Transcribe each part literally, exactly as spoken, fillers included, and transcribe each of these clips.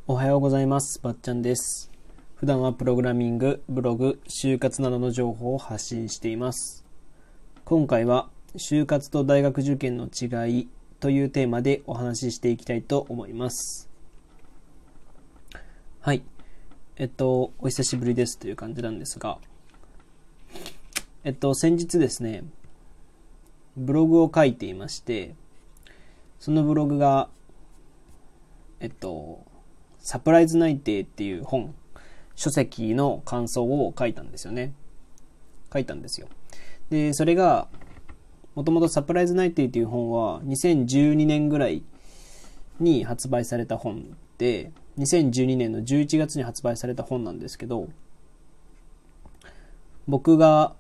おはようございます。ばっちゃんです。普段はプログラミング、ブログ、就活などの情報を発信しています。今回は就活と大学受験の違いというテーマでお話ししていきたいと思います。はい。えっと、お久しぶりですという感じなんですが、えっと、先日ですね、ブログを書いていまして、そのブログが、えっと、サプライズ内定っていう本、書籍の感想を書いたんですよね。書いたんですよ。で、それが、もともとサプライズ内定っていう本はにせんじゅうにねんぐらいに発売された本で、にせんじゅうにねんのじゅういちがつに発売された本なんですけど、僕が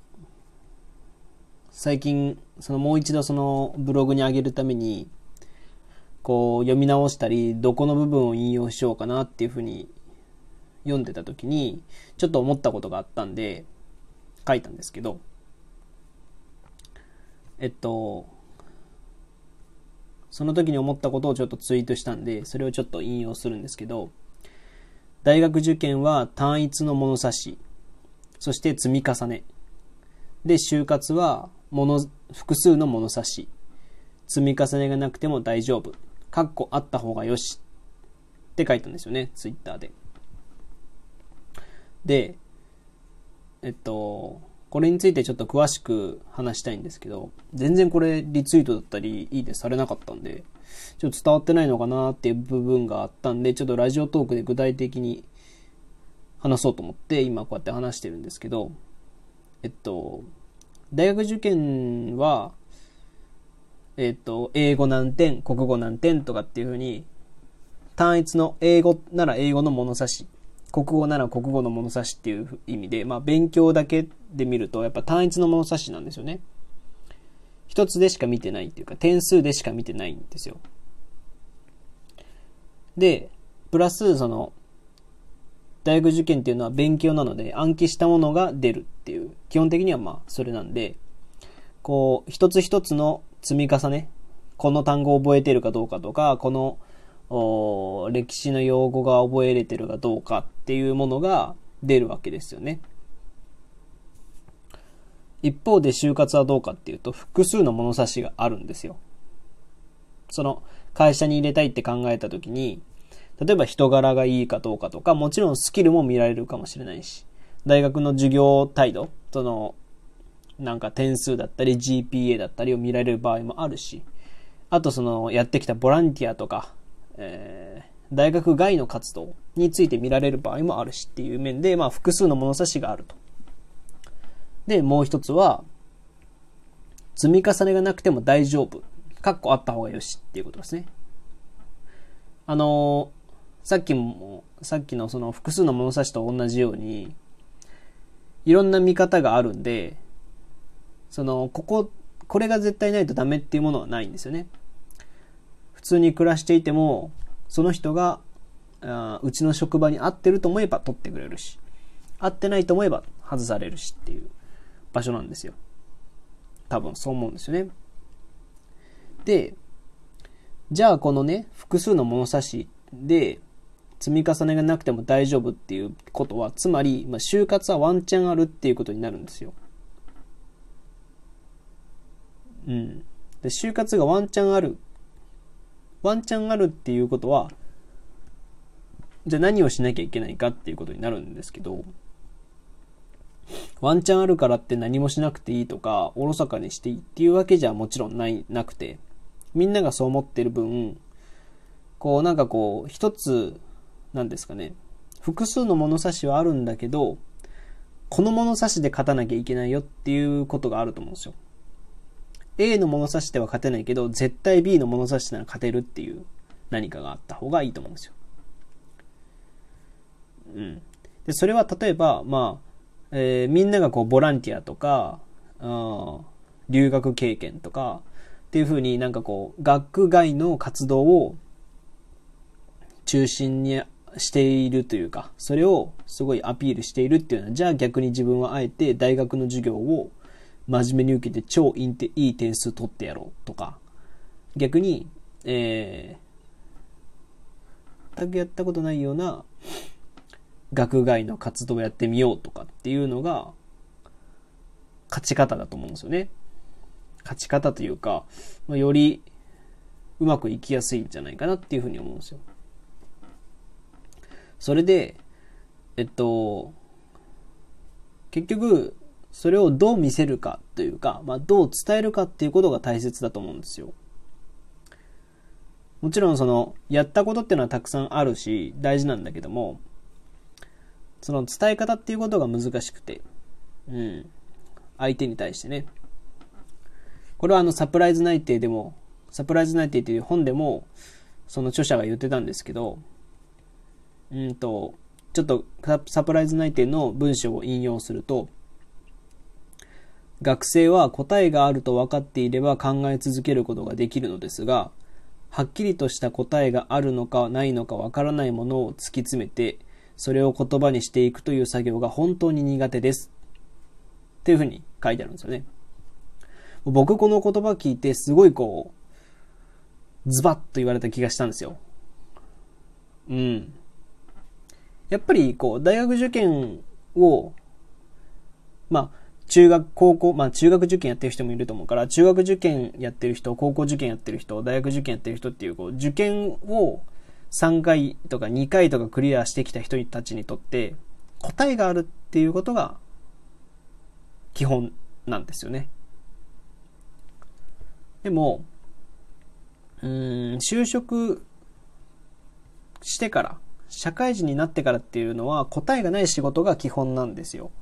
最近、そのもう一度そのブログに上げるために、こう読み直したり、どこの部分を引用しようかなっていうふうに読んでた時に、ちょっと思ったことがあったんで、書いたんですけど、えっと、その時に思ったことをちょっとツイートしたんで、それをちょっと引用するんですけど、大学受験は単一の物差し、そして積み重ね。で、就活はもの複数の物差し。積み重ねがなくても大丈夫。かっこあった方がよし。って書いたんですよね、ツイッターで。で、えっと、これについてちょっと詳しく話したいんですけど、全然これリツイートだったりいいねされなかったんで、ちょっと伝わってないのかなっていう部分があったんで、ちょっとラジオトークで具体的に話そうと思って今こうやって話してるんですけど、えっと、大学受験は、えっと、英語何点、国語何点とかっていう風に、単一の英語なら英語の物差し、国語なら国語の物差しっていう意味で、まあ勉強だけで見るとやっぱ単一の物差しなんですよね。一つでしか見てないっていうか、点数でしか見てないんですよ。で、プラスその、大学受験っていうのは勉強なので暗記したものが出るっていう、基本的にはまあそれなんで、こう、一つ一つの積み重ね、この単語を覚えてるかどうかとか、この歴史の用語が覚えれてるかどうかっていうものが出るわけですよね。一方で就活はどうかっていうと、複数の物差しがあるんですよ。その会社に入れたいって考えたときに、例えば人柄がいいかどうかとか、もちろんスキルも見られるかもしれないし、大学の授業態度、そのなんか点数だったり ジーピーエー だったりを見られる場合もあるし、あとそのやってきたボランティアとか、えー、大学外の活動について見られる場合もあるしっていう面で、まあ複数の物差しがあると。で、もう一つは、積み重ねがなくても大丈夫。かっこあった方がよしっていうことですね。あのー、さっきも、さっきのその複数の物差しと同じように、いろんな見方があるんで、その、ここ、これが絶対ないとダメっていうものはないんですよね。普通に暮らしていても、その人が、あうちの職場に合ってると思えば取ってくれるし、合ってないと思えば外されるしっていう場所なんですよ。多分そう思うんですよね。で、じゃあこのね、複数の物差しで積み重ねがなくても大丈夫っていうことは、つまり、まあ、就活はワンチャンあるっていうことになるんですよ。うん。で、就活がワンチャンある。ワンチャンあるっていうことは、じゃあ何をしなきゃいけないかっていうことになるんですけど、ワンチャンあるからって何もしなくていいとか、おろそかにしていいっていうわけじゃもちろんない、なくて、みんながそう思ってる分、こうなんかこう、一つ、なんですかね、複数の物差しはあるんだけど、この物差しで勝たなきゃいけないよっていうことがあると思うんですよ。A の物差しでは勝てないけど、絶対 B の物差しなら勝てるっていう何かがあった方がいいと思うんですよ。うん。で、それは例えば、まあ、えー、みんながこう、ボランティアとか、あ留学経験とか、っていう風になんかこう、学外の活動を中心にしているというか、それをすごいアピールしているっていうのは、じゃあ逆に自分はあえて大学の授業を真面目に受けて超いい点数取ってやろうとか、逆に、え全くやったことないような学外の活動をやってみようとかっていうのが勝ち方だと思うんですよね。勝ち方というか、まあ、よりうまくいきやすいんじゃないかなっていうふうに思うんですよ。それで、えっと、結局、それをどう見せるかというか、まあ、どう伝えるかっていうことが大切だと思うんですよ。もちろんその、やったことっていうのはたくさんあるし、大事なんだけども、その伝え方っていうことが難しくて、うん。相手に対してね。これはあの、サプライズ内定でも、サプライズ内定っていう本でも、その著者が言ってたんですけど、うんと、ちょっとサプライズ内定の文章を引用すると、学生は答えがあると分かっていれば考え続けることができるのですが、はっきりとした答えがあるのかないのか分からないものを突き詰めて、それを言葉にしていくという作業が本当に苦手です。っていうふうに書いてあるんですよね。僕この言葉聞いてすごいこう、ズバッと言われた気がしたんですよ。うん。やっぱりこう、大学受験を、まあ、中学、高校、まあ中学受験やってる人もいると思うから、中学受験やってる人、高校受験やってる人、大学受験やってる人っていう、こう、受験をさんかいとかにかいとかクリアしてきた人たちにとって、答えがあるっていうことが基本なんですよね。でも、うーん、就職してから、社会人になってからっていうのは答えがない仕事が基本なんですよ。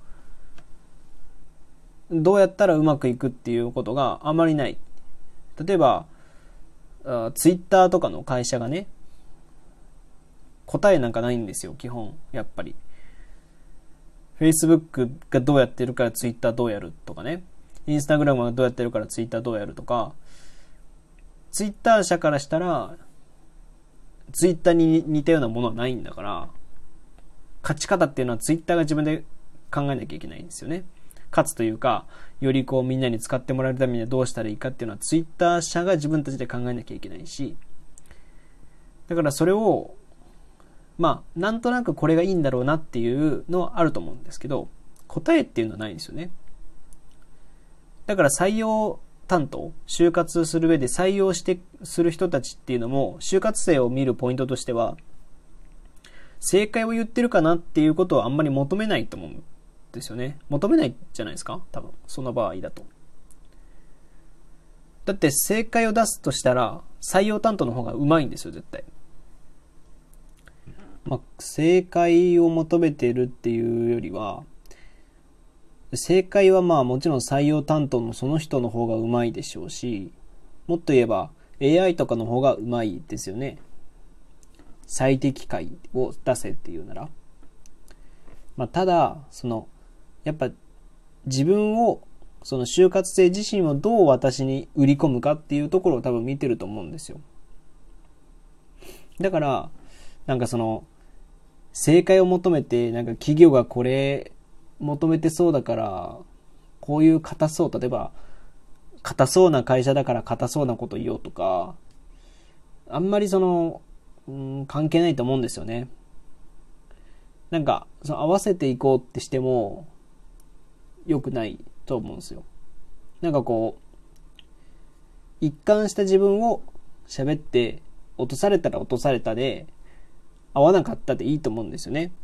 どうやったらうまくいくっていうことがあまりない。例えば、ツイッターとかの会社がね、答えなんかないんですよ、基本。やっぱり。Facebook がどうやってるからツイッターどうやるとかね。Instagram がどうやってるからツイッターどうやるとか。ツイッター社からしたら、ツイッターに似たようなものはないんだから、勝ち方っていうのはツイッターが自分で考えなきゃいけないんですよね。勝つというか、よりこうみんなに使ってもらえるためにはどうしたらいいかっていうのはツイッター社が自分たちで考えなきゃいけないし、だからそれを、まあ、なんとなくこれがいいんだろうなっていうのはあると思うんですけど、答えっていうのはないんですよね。だから採用担当、就活する上で採用してする人たちっていうのも、就活生を見るポイントとしては、正解を言ってるかなっていうことをあんまり求めないと思うんですよね。求めないじゃないですか、多分その場合だと。だって正解を出すとしたら採用担当の方がうまいんですよ、絶対。まあ、正解を求めてるっていうよりは、正解はまあもちろん採用担当のその人の方がうまいでしょうし、もっと言えば エーアイ とかの方がうまいですよね。最適解を出せっていうなら。まあ、ただ、その、やっぱ自分を、その就活生自身をどう私に売り込むかっていうところを多分見てると思うんですよ。だから、なんかその、正解を求めて、なんか企業がこれ求めてそうだから、こういう硬そう、例えば、硬そうな会社だから硬そうなこと言おうとか、あんまりその、うん、関係ないと思うんですよね。なんか、その合わせていこうってしても、良くないと思うんですよ。なんかこう、一貫した自分を喋って、落とされたら落とされたで、合わなかったでいいと思うんですよね。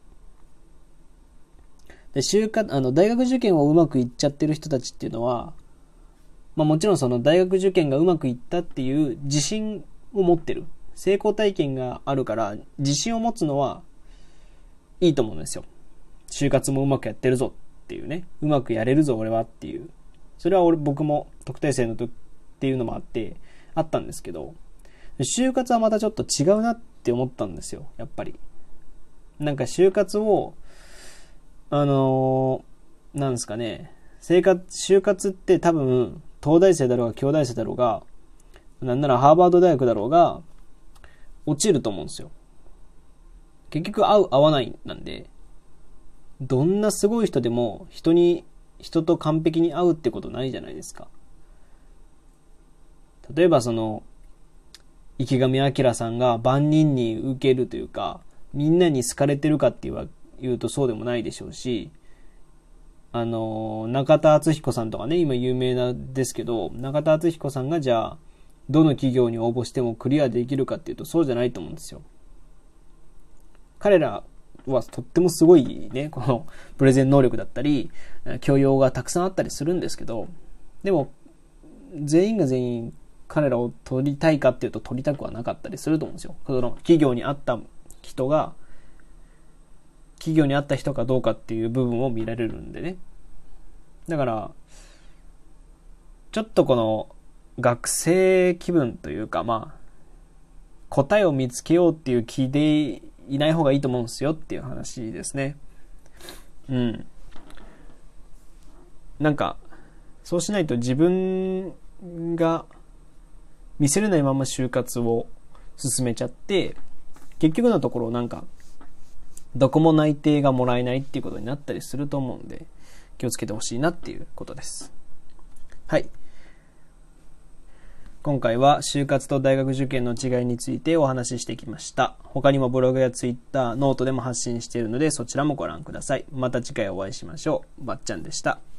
で、就活、あの、大学受験をうまくいっちゃってる人たちっていうのは、まあもちろんその大学受験がうまくいったっていう自信を持ってる。成功体験があるから自信を持つのはいいと思うんですよ。就活もうまくやってるぞっていうね。うまくやれるぞ俺はっていう。それは俺、僕も特待生の時っていうのもあって、あったんですけど、就活はまたちょっと違うなって思ったんですよ。やっぱり。なんか就活を、あのー、なんですかね。生活、就活って多分、東大生だろうが、京大生だろうが、なんならハーバード大学だろうが、落ちると思うんですよ。結局合う合わないなんで、どんなすごい人でも人に、人と完璧に合うってことないじゃないですか。例えばその、 池上彰さんが万人に受けるというか、みんなに好かれてるかって言うとそうでもないでしょうし、あの、中田敦彦さんとかね、今有名なんですけど、中田敦彦さんがじゃあ、どの企業に応募してもクリアできるかっていうとそうじゃないと思うんですよ。彼らはとってもすごいね、このプレゼン能力だったり、教養がたくさんあったりするんですけど、でも、全員が全員彼らを取りたいかっていうと取りたくはなかったりすると思うんですよ。その企業に合った人が、企業に合った人かどうかっていう部分を見られるんでね。だから、ちょっとこの学生気分というか、まあ、答えを見つけようっていう気でいない方がいいと思うんですよっていう話ですね。うん。なんか、そうしないと自分が見せれないまま就活を進めちゃって、結局のところなんか、どこも内定がもらえないっていうことになったりすると思うんで、気をつけてほしいなっていうことです。はい。今回は就活と大学受験の違いについてお話ししてきました。他にもブログやツイッター、ノートでも発信しているのでそちらもご覧ください。また次回お会いしましょう。ばっちゃんでした。